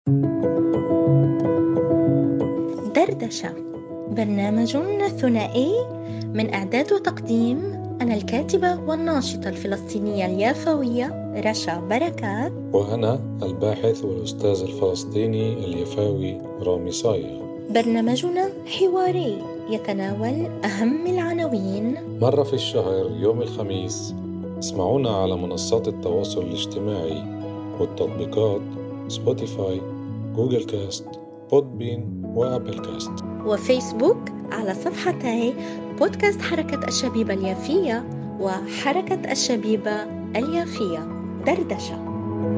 دردشة، برنامج ثنائي من إعداد وتقديم أنا الكاتبة والناشطة الفلسطينية اليافوية رشا بركات، وأنا الباحث والأستاذ الفلسطيني اليافاوي رامي صايغ. برنامجنا حواري يتناول أهم العناوين مرة في الشهر يوم الخميس. اسمعونا على منصات التواصل الاجتماعي والتطبيقات سبوتيفاي، جوجل كاست، بودبين وآبل كاست، وفيسبوك على صفحتي بودكاست حركة الشبيبة اليافية وحركة الشبيبة اليافية. دردشة.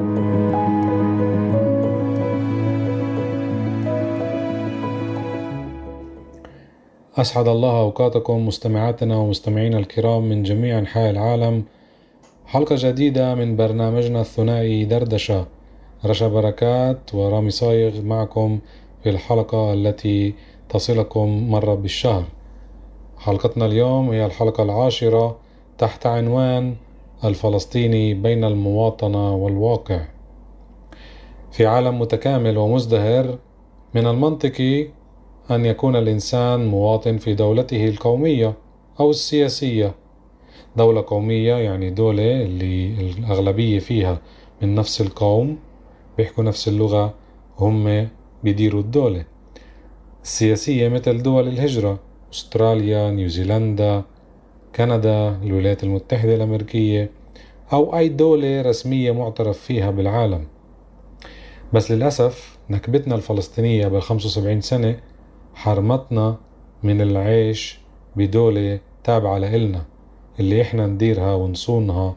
أسعد الله أوقاتكم مستمعاتنا ومستمعينا الكرام من جميع أنحاء العالم. حلقة جديدة من برنامجنا الثنائي دردشة. رشا بركات ورامي صايغ معكم في الحلقة التي تصلكم مرة بالشهر. حلقتنا اليوم هي الحلقة 10 تحت عنوان الفلسطيني بين المواطنة والواقع. في عالم متكامل ومزدهر من المنطقي أن يكون الإنسان مواطن في دولته القومية أو السياسية. دولة قومية يعني دولة اللي الأغلبية فيها من نفس القوم، بيحكوا نفس اللغة، هم بيديروا الدولة. السياسية مثل دول الهجرة، أستراليا، نيوزيلندا، كندا، الولايات المتحدة الأمريكية، أو أي دولة رسمية معترف فيها بالعالم. بس للأسف نكبتنا الفلسطينية بال75 سنة حرمتنا من العيش بدولة تابعة لإلنا اللي إحنا نديرها ونصونها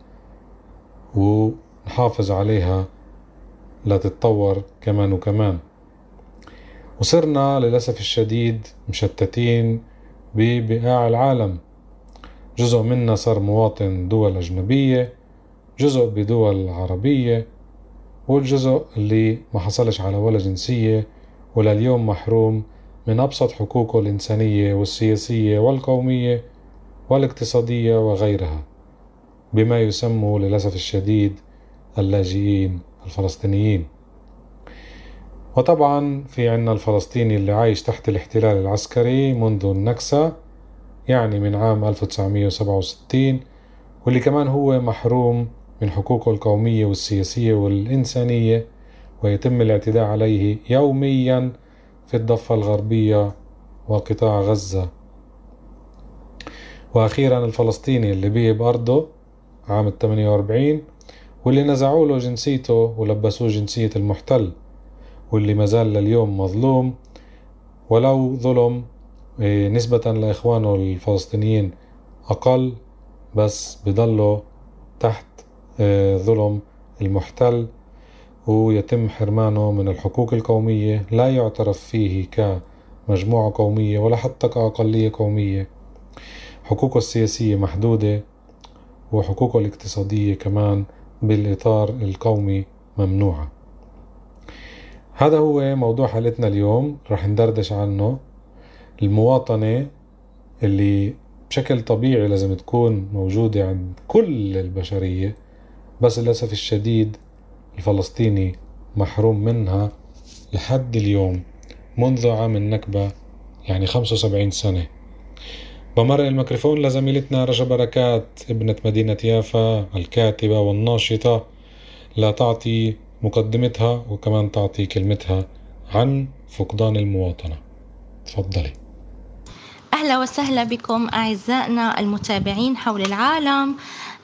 ونحافظ عليها لتتطور كمان وكمان. وصرنا للأسف الشديد مشتتين ببقاع العالم. جزء منا صار مواطن دول أجنبية، جزء بدول عربية، والجزء اللي ما حصلش على ولا جنسية ولا اليوم محروم من أبسط حقوقه الإنسانية والسياسية والقومية والاقتصادية وغيرها، بما يسمى للأسف الشديد اللاجئين الفلسطينيين. وطبعا في عنا الفلسطيني اللي عايش تحت الاحتلال العسكري منذ النكسة، يعني من عام 1967، واللي كمان هو محروم من حقوقه القومية والسياسية والإنسانية، ويتم الاعتداء عليه يوميا في الضفة الغربية وقطاع غزة. وأخيرا الفلسطيني اللي بيه بأرضه عام 48 واللي نزعوا له جنسيته ولبسوه جنسية المحتل، واللي مازال لليوم مظلوم، ولو ظلم نسبة لإخوانه الفلسطينيين أقل، بس بضله تحت ظلم المحتل، ويتم حرمانه من الحقوق القومية، لا يعترف فيه كمجموعة قومية ولا حتى كأقلية قومية. حقوقه السياسية محدودة، وحقوقه الاقتصادية كمان بالإطار القومي ممنوعة. هذا هو موضوع حلقتنا اليوم، رح ندردش عنه. المواطنة اللي بشكل طبيعي لازم تكون موجودة عند كل البشرية، بس للأسف الشديد الفلسطيني محروم منها لحد اليوم منذ عام النكبة، يعني 75 سنة. بمرق الميكروفون لزميلتنا رشا بركات ابنة مدينة يافا الكاتبة والناشطة لا تعطي مقدمتها وكمان تعطي كلمتها عن فقدان المواطنة. تفضلي. أهلا وسهلا بكم أعزائنا المتابعين حول العالم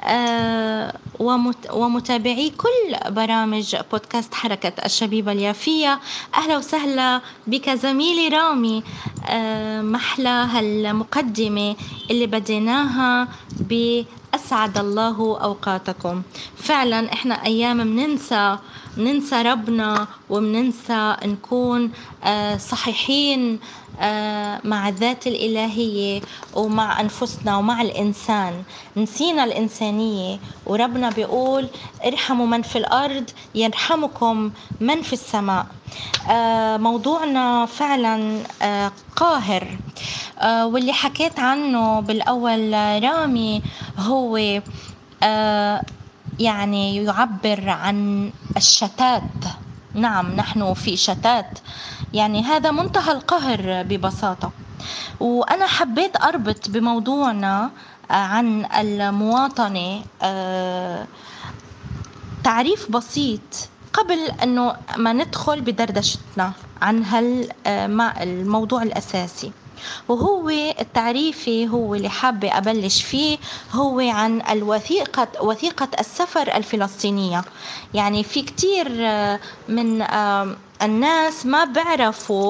ومتابعي كل برامج بودكاست حركة الشبيبة اليافية. أهلا وسهلا بك زميلي رامي. محلى هالمقدمة اللي بديناها بأسعد الله أوقاتكم. فعلا إحنا أيام مننسى ربنا ومننسى نكون صحيحين مع الذات الإلهية ومع أنفسنا ومع الإنسان. نسينا الإنسانية، وربنا بيقول ارحموا من في الأرض يرحمكم من في السماء. موضوعنا فعلا قاهر، واللي حكيت عنه بالأول رامي هو يعني يعبر عن الشتات نعم، نحن في شتات، يعني هذا منتهى القهر ببساطة. وأنا حبيت أربط بموضوعنا عن المواطنة تعريف بسيط قبل أنه ما ندخل بدردشتنا عن الموضوع الأساسي، وهو التعريفي هو اللي حابة أبلش فيه، هو عن وثيقة السفر الفلسطينية. يعني في كتير من الناس ما بعرفوا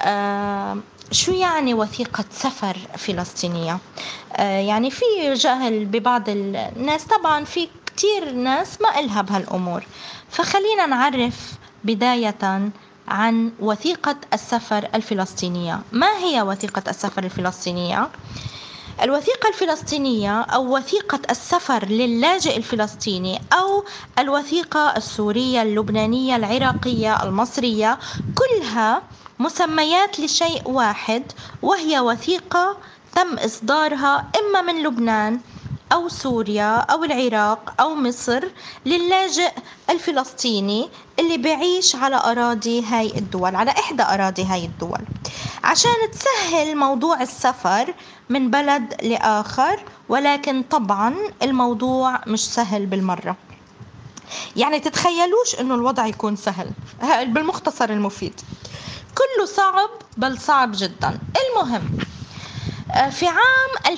شو يعني وثيقة سفر فلسطينية. يعني في جهل ببعض الناس، طبعا في كتير ناس ما إلها بهالأمور. فخلينا نعرف بداية عن وثيقة السفر الفلسطينية. ما هي وثيقة السفر الفلسطينية؟ الوثيقة الفلسطينية أو وثيقة السفر للاجئ الفلسطيني أو الوثيقة السورية اللبنانية العراقية المصرية، كلها مسميات لشيء واحد، وهي وثيقة تم إصدارها إما من لبنان أو سوريا أو العراق أو مصر للاجئ الفلسطيني اللي بعيش على أراضي هاي الدول، على إحدى أراضي هاي الدول، عشان تسهل موضوع السفر من بلد لآخر. ولكن طبعا الموضوع مش سهل بالمرة، يعني تتخيلوش إنه الوضع يكون سهل. بالمختصر المفيد كله صعب، بل صعب جدا. المهم، في عام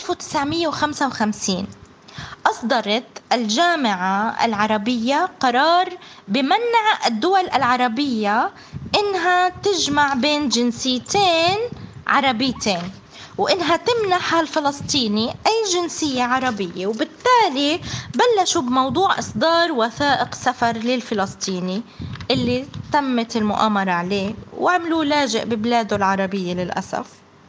1955 أصدرت الجامعة العربية قرار بمنع الدول العربية إنها تجمع بين جنسيتين عربيتين، وإنها تمنح الفلسطيني أي جنسية عربية. وبالتالي بلشوا بموضوع إصدار وثائق سفر للفلسطيني اللي تمت المؤامرة عليه وعملوا لاجئ ببلاده العربية للأسف،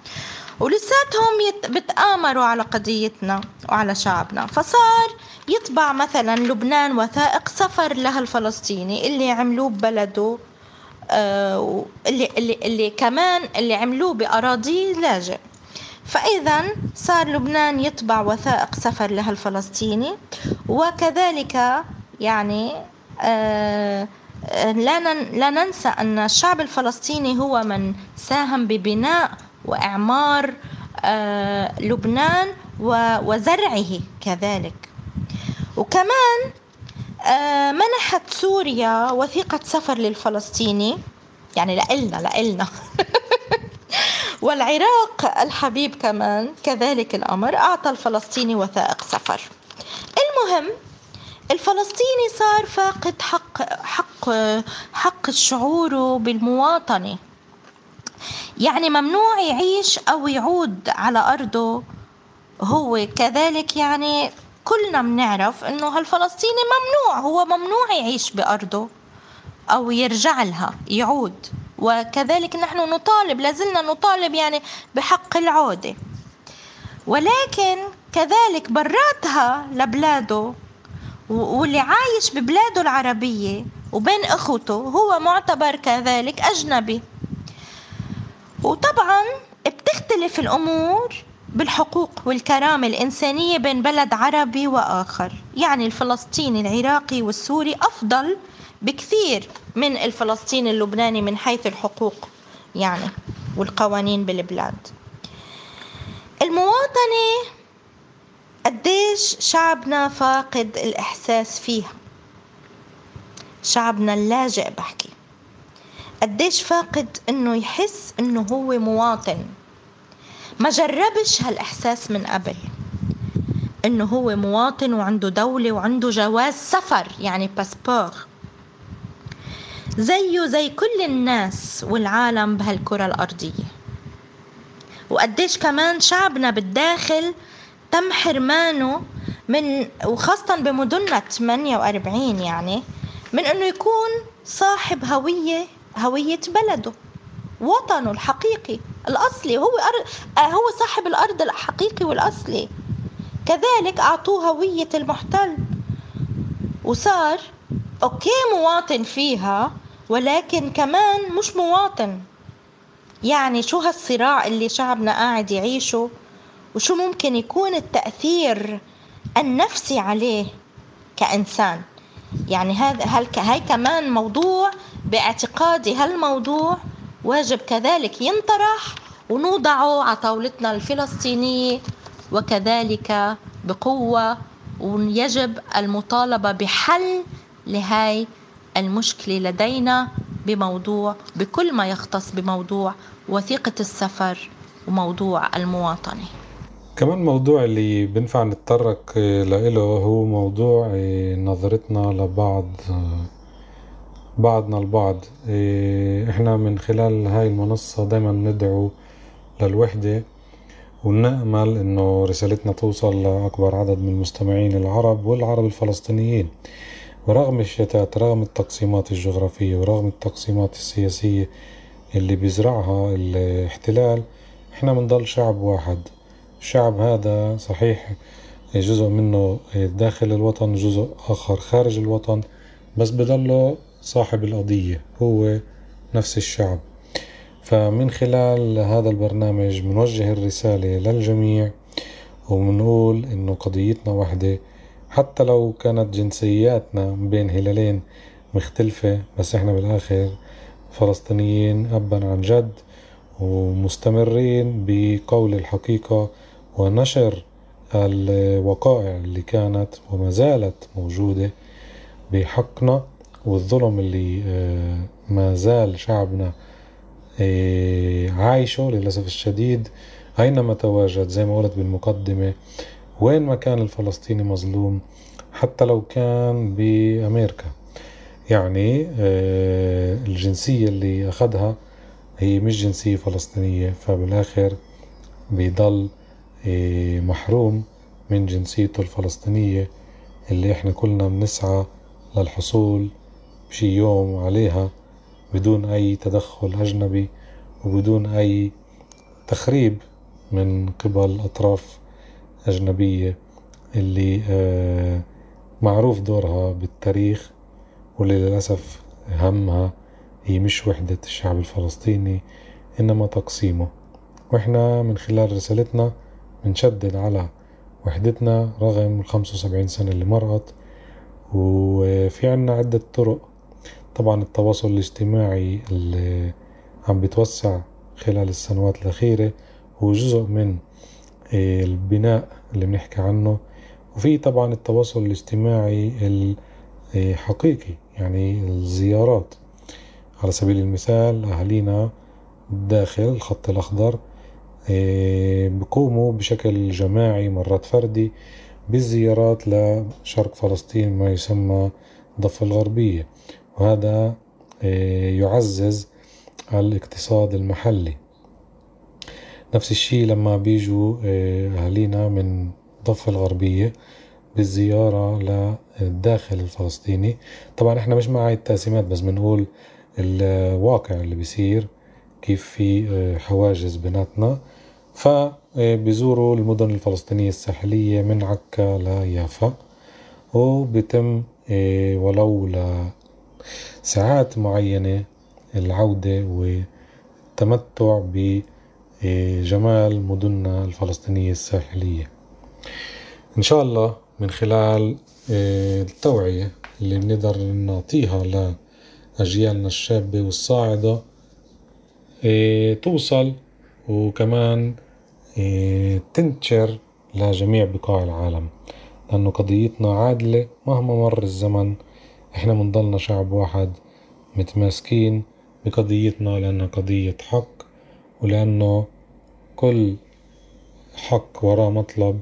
ولساتهم بتآمروا على قضيتنا وعلى شعبنا. فصار يطبع مثلا لبنان وثائق سفر لها الفلسطيني اللي عملوه ببلده، اللي كمان اللي عملوه بأراضي لاجئ. فإذا صار لبنان يطبع وثائق سفر لها الفلسطيني. وكذلك يعني لا ننسى أن الشعب الفلسطيني هو من ساهم ببناء وإعمار لبنان وزرعه كذلك. وكمان منحت سوريا وثيقة سفر للفلسطيني، يعني لإلنا والعراق الحبيب كمان كذلك الأمر أعطى الفلسطيني وثائق سفر. المهم، الفلسطيني صار فاقد حق الشعور بالمواطنة، يعني ممنوع يعيش أو يعود على أرضه. هو كذلك يعني كلنا بنعرف أنه هالفلسطيني هو ممنوع يعيش بأرضه أو يرجع لها يعود. وكذلك نحن لازلنا نطالب يعني بحق العودة، ولكن كذلك براتها لبلاده، واللي عايش ببلاده العربية وبين أخوته هو معتبر كذلك أجنبي. وطبعا بتختلف الأمور بالحقوق والكرامة الإنسانية بين بلد عربي وآخر. يعني الفلسطيني العراقي والسوري أفضل بكثير من الفلسطيني اللبناني من حيث الحقوق يعني والقوانين بالبلاد. المواطنة قديش شعبنا فاقد الإحساس فيها، شعبنا اللاجئ بحكي، قديش فاقد إنه يحس إنه هو مواطن. ما جربش هالإحساس من قبل، إنه هو مواطن وعنده دولة وعنده جواز سفر يعني باسبور زيه زي كل الناس والعالم بهالكرة الأرضية. وقديش كمان شعبنا بالداخل تم حرمانه من، وخاصة بمدننا 48 يعني، من إنه يكون صاحب هوية بلده، وطنه الحقيقي الأصلي. هو صاحب الأرض الحقيقي والأصلي. كذلك أعطوه هوية المحتل، وصار أوكي مواطن فيها ولكن كمان مش مواطن. يعني شو هالصراع اللي شعبنا قاعد يعيشه، وشو ممكن يكون التأثير النفسي عليه كإنسان. يعني هاي كمان موضوع باعتقادي، هالموضوع واجب كذلك ينطرح ونوضعه على طاولتنا الفلسطينية وكذلك بقوة، ويجب المطالبة بحل لهاي المشكلة لدينا بكل ما يختص بموضوع وثيقة السفر وموضوع المواطنة. كمان موضوع اللي بنفع نتطرق له هو موضوع نظرتنا لبعض، بعضنا البعض. احنا من خلال هاي المنصة دايما ندعو للوحدة، ونأمل انه رسالتنا توصل لأكبر عدد من المستمعين العرب والعرب الفلسطينيين. ورغم الشتات، رغم التقسيمات الجغرافية ورغم التقسيمات السياسية اللي بيزرعها الاحتلال، احنا منضل شعب واحد. الشعب هذا صحيح جزء منه داخل الوطن، جزء آخر خارج الوطن، بس بضله صاحب القضية هو نفس الشعب. فمن خلال هذا البرنامج بنوجه الرسالة للجميع وبنقول إنه قضيتنا واحدة، حتى لو كانت جنسياتنا بين هلالين مختلفة، بس إحنا بالآخر فلسطينيين أبا عن جد، ومستمرين بقول الحقيقة ونشر الوقائع اللي كانت وما زالت موجودة بحقنا، والظلم اللي ما زال شعبنا عايشه للأسف الشديد أينما تواجد. زي ما قلت بالمقدمة، وين ما كان الفلسطيني مظلوم، حتى لو كان بأمريكا، يعني الجنسية اللي أخذها هي مش جنسية فلسطينية، فبالآخر بيضل محروم من جنسيته الفلسطينية اللي احنا كلنا بنسعى للحصول بشي يوم عليها بدون أي تدخل أجنبي وبدون أي تخريب من قبل أطراف أجنبية اللي معروف دورها بالتاريخ، واللي للأسف همها هي مش وحدة الشعب الفلسطيني إنما تقسيمه. وإحنا من خلال رسالتنا بنشدد على وحدتنا رغم 75 سنة اللي مرقت. وفي عنا عدة طرق، طبعا التواصل الاجتماعي اللي عم بتوسع خلال السنوات الأخيرة هو جزء من البناء اللي بنحكي عنه. وفي طبعا التواصل الاجتماعي الحقيقي، يعني الزيارات. على سبيل المثال أهالينا داخل الخط الأخضر بيقوموا بشكل جماعي مرات فردي بالزيارات لشرق فلسطين ما يسمى الضفة الغربية، وهذا يعزز الاقتصاد المحلي. نفس الشيء لما بيجوا أهالينا من الضفة الغربية بالزيارة للداخل الفلسطيني. طبعا احنا مش مع التقسيمات، بس بنقول الواقع اللي بيصير، كيف في حواجز بيناتنا. فبيزوروا المدن الفلسطينية الساحلية من عكا ليافا، وبيتم ولو لساعات معينة العودة والتمتع بجمال مدننا الفلسطينية الساحلية. إن شاء الله من خلال التوعية اللي بنقدر نعطيها لأجيالنا الشابة والصاعدة توصل، وكمان تنتشر لجميع بقاع العالم، لأنه قضيتنا عادلة مهما مر الزمن. إحنا منضلنا شعب واحد متماسكين بقضيتنا، لأنها قضية حق، ولأنه كل حق وراه مطلب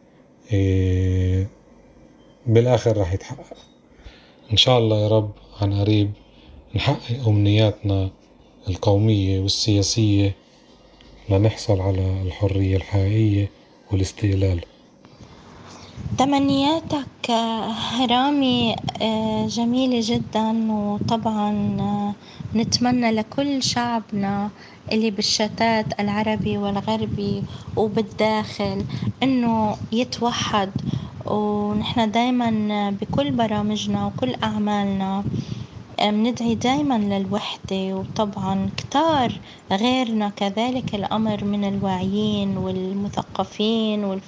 بالآخر راح يتحقق إن شاء الله يا رب. عن قريب نحقق أمنياتنا القومية والسياسية لنحصل على الحرية الحقيقية والاستقلال. تمنياتك رامي جميلة جدا، وطبعا نتمنى لكل شعبنا اللي بالشتات العربي والغربي وبالداخل انه يتوحد. ونحن دايما بكل برامجنا وكل اعمالنا بندعي دايما للوحدة، وطبعا كتار غيرنا كذلك الأمر من الواعيين والمثقفين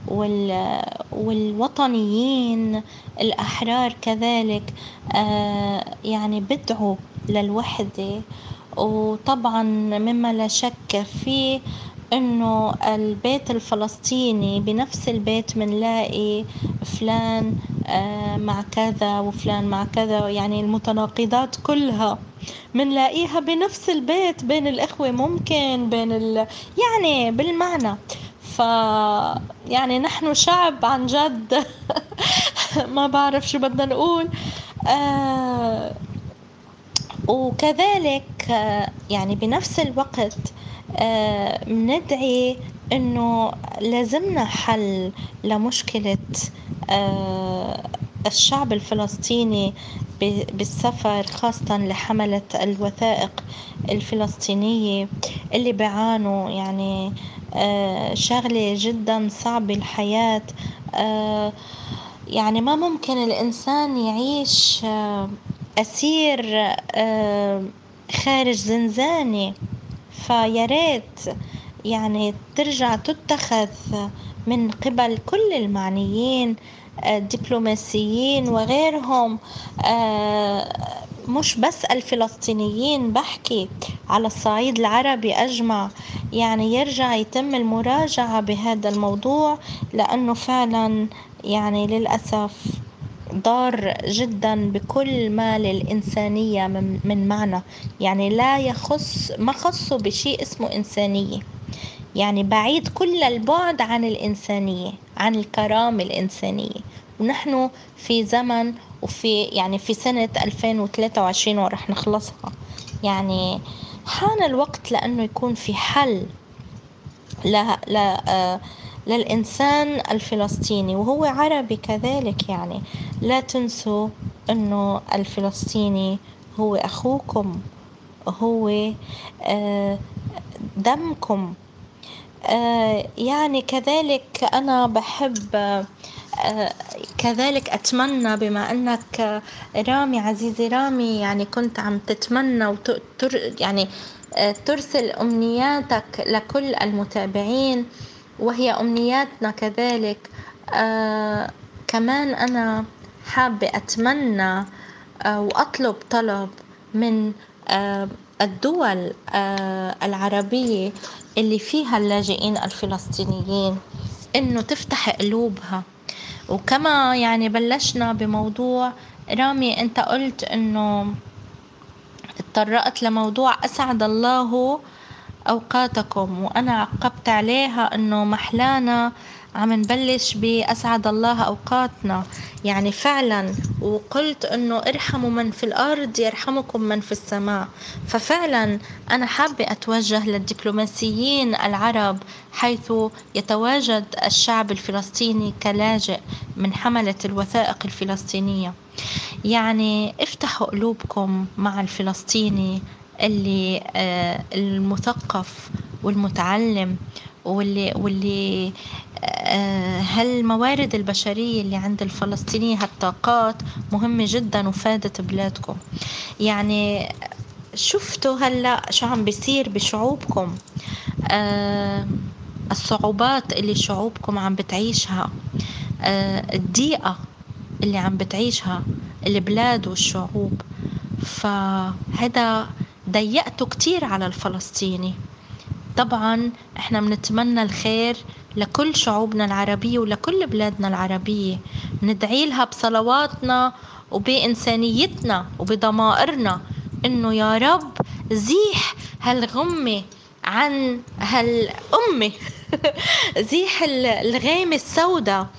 والوطنيين الأحرار كذلك يعني بدعوا للوحدة. وطبعا مما لا شك فيه انه البيت الفلسطيني بنفس البيت منلاقي فلان مع كذا وفلان مع كذا، يعني المتناقضات كلها منلاقيها بنفس البيت بين الإخوة، ممكن يعني بالمعنى. يعني نحن شعب عن جد ما بعرف شو بدنا نقول. وكذلك يعني بنفس الوقت بندعي انه لازمنا حل لمشكلة الشعب الفلسطيني بالسفر، خاصة لحملة الوثائق الفلسطينية اللي بيعانوا يعني شغلة جدا صعبة الحياة. يعني ما ممكن الإنسان يعيش أسير خارج زنزانة. فياريت يعني ترجع تتخذ من قبل كل المعنيين الدبلوماسيين وغيرهم، مش بس الفلسطينيين، بحكي على الصعيد العربي أجمع، يعني يرجع يتم المراجعة بهذا الموضوع، لأنه فعلا يعني للأسف ضار جدا بكل ما للإنسانية من معنى. يعني ما خصه بشيء اسمه إنسانية، يعني بعيد كل البعد عن الإنسانية، عن الكرامة الإنسانية. ونحن في زمن يعني في سنة 2023 ورح نخلصها، يعني حان الوقت لأنه يكون في حل للإنسان الفلسطيني وهو عربي كذلك. يعني لا تنسوا أنه الفلسطيني هو أخوكم، هو دمكم. يعني كذلك أنا بحب كذلك أتمنى، بما أنك رامي عزيزي رامي يعني كنت عم تتمنى يعني ترسل أمنياتك لكل المتابعين، وهي أمنياتنا كذلك. كمان أنا حابة أتمنى وأطلب طلب من الدول العربية اللي فيها اللاجئين الفلسطينيين إنه تفتح قلوبها. وكما يعني بلشنا بموضوع رامي، أنت قلت إنه اتطرقت لموضوع أسعد الله أوقاتكم، وأنا عقبت عليها إنه محلانا عم نبلش بأسعد الله أوقاتنا، يعني فعلا. وقلت إنه ارحموا من في الأرض يرحمكم من في السماء. ففعلا أنا حابة أتوجه للدبلوماسيين العرب حيث يتواجد الشعب الفلسطيني كلاجئ من حملة الوثائق الفلسطينية، يعني افتحوا قلوبكم مع الفلسطيني اللي المثقف والمتعلم واللي هالموارد البشرية اللي عند الفلسطينيين، هالطاقات مهمة جدا وفادت بلادكم. يعني شفتوا هلأ شو عم بيصير بشعوبكم، الصعوبات اللي شعوبكم عم بتعيشها، الضيقة اللي عم بتعيشها البلاد والشعوب. فهذا ضيقته كتير على الفلسطيني. طبعا احنا بنتمنى الخير لكل شعوبنا العربية ولكل بلادنا العربية، ندعي لها بصلواتنا وبإنسانيتنا وبضمائرنا انه يا رب زيح هالغمة عن هالأمة زيح الغيمة السوداء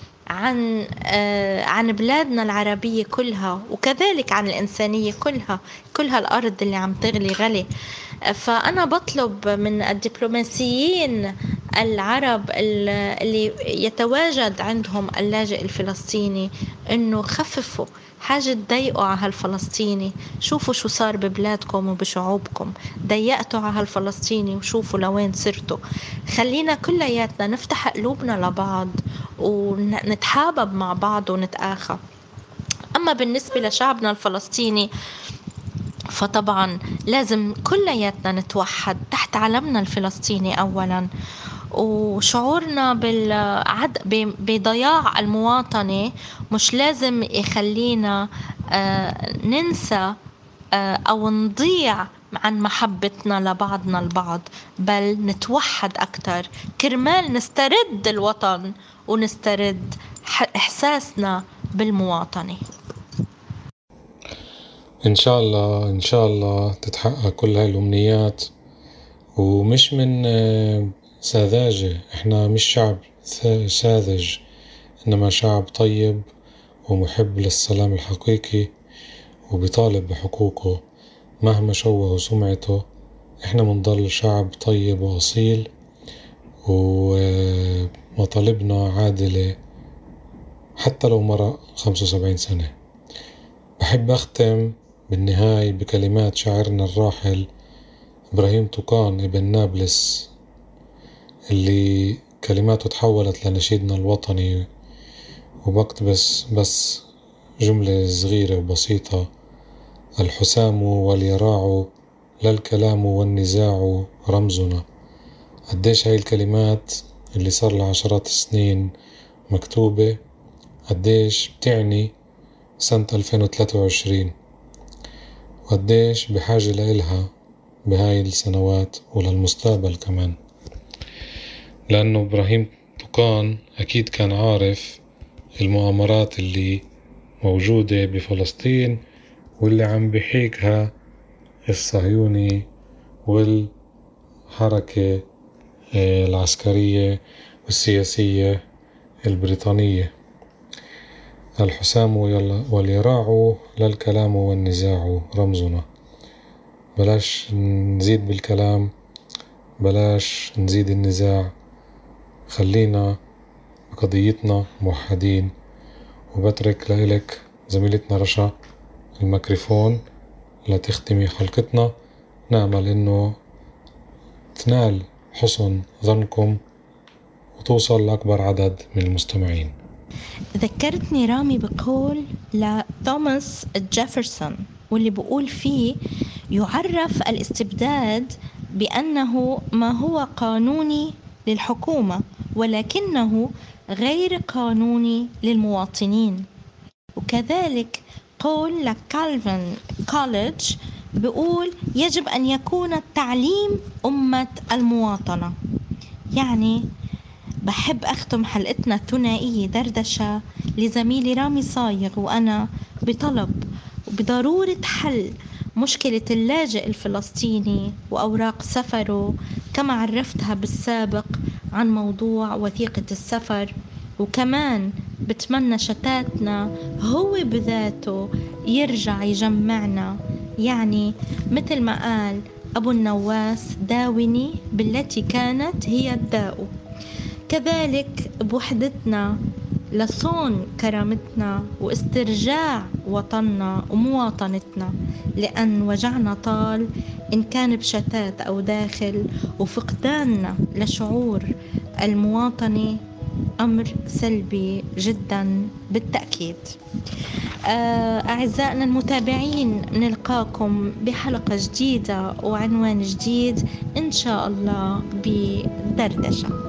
عن بلادنا العربية كلها، وكذلك عن الإنسانية كلها الأرض اللي عم تغلي غلي. فأنا بطلب من الدبلوماسيين العرب اللي يتواجد عندهم اللاجئ الفلسطيني إنه خففوا حاجة، تضيقوا على هالفلسطيني. شوفوا شو صار ببلادكم وبشعوبكم، ضيقتوا على هالفلسطيني وشوفوا لوين صرتوا. خلينا كلياتنا نفتح قلوبنا لبعض ونتحابب مع بعض ونتآخى. أما بالنسبة لشعبنا الفلسطيني فطبعا لازم كلياتنا نتوحد تحت علمنا الفلسطيني أولا، وشعورنا بضياع المواطنة مش لازم يخلينا ننسى أو نضيع عن محبتنا لبعضنا البعض، بل نتوحد أكتر كرمال نسترد الوطن ونسترد إحساسنا بالمواطنة. إن شاء الله إن شاء الله تتحقق كل هاي الأمنيات، ومش من ساذاجة. إحنا مش شعب ساذج، إنما شعب طيب ومحب للسلام الحقيقي وبيطالب بحقوقه مهما شوه سمعته. إحنا منضل شعب طيب وأصيل، ومطالبنا عادلة حتى لو مرق 75 سنة. بحب أختم بالنهاية بكلمات شاعرنا الراحل إبراهيم طوقان ابن نابلس، اللي كلماته تحولت لنشيدنا الوطني، وبقتبس بس جملة صغيرة وبسيطة: الحسام واليراع لا الكلام والنزاع رمزنا. قديش هاي الكلمات اللي صار لها عشرات السنين مكتوبة قديش بتعني سنة 2023، وقديش بحاجة لإلها بهاي السنوات وللمستقبل كمان. لأنه إبراهيم طوقان أكيد كان عارف المؤامرات اللي موجودة بفلسطين واللي عم بيحيكها الصهيوني والحركة العسكرية والسياسية البريطانية. الحسام واليراع لا الكلام والنزاع رمزنا. بلاش نزيد بالكلام، بلاش نزيد النزاع، خلينا بقضيتنا موحدين. وبترك لإلك زميلتنا رشا الميكروفون لتختمي حلقتنا. نأمل إنه تنال حسن ظنكم وتوصل لأكبر عدد من المستمعين. ذكرتني رامي بقول لتوماس جيفرسون، واللي بقول فيه: يعرف الاستبداد بأنه ما هو قانوني للحكومة ولكنه غير قانوني للمواطنين. وكذلك قول لكالفن كوليدج بقول: يجب أن يكون التعليم أمة المواطنة. يعني بحب أختم حلقتنا الثنائية دردشة لزميلي رامي صايغ وأنا بطلب وبضرورة حل مشكلة اللاجئ الفلسطيني وأوراق سفره كما عرفتها بالسابق عن موضوع وثيقة السفر. وكمان بتمنى شتاتنا هو بذاته يرجع يجمعنا، يعني مثل ما قال أبو النواس: داوني بالتي كانت هي الداء. كذلك بوحدتنا لصون كرامتنا واسترجاع وطننا ومواطنتنا، لأن وجعنا طال إن كان بشتات أو داخل، وفقداننا لشعور المواطنة أمر سلبي جدا بالتأكيد. أعزائنا المتابعين، نلقاكم بحلقة جديدة وعنوان جديد إن شاء الله بدردشة.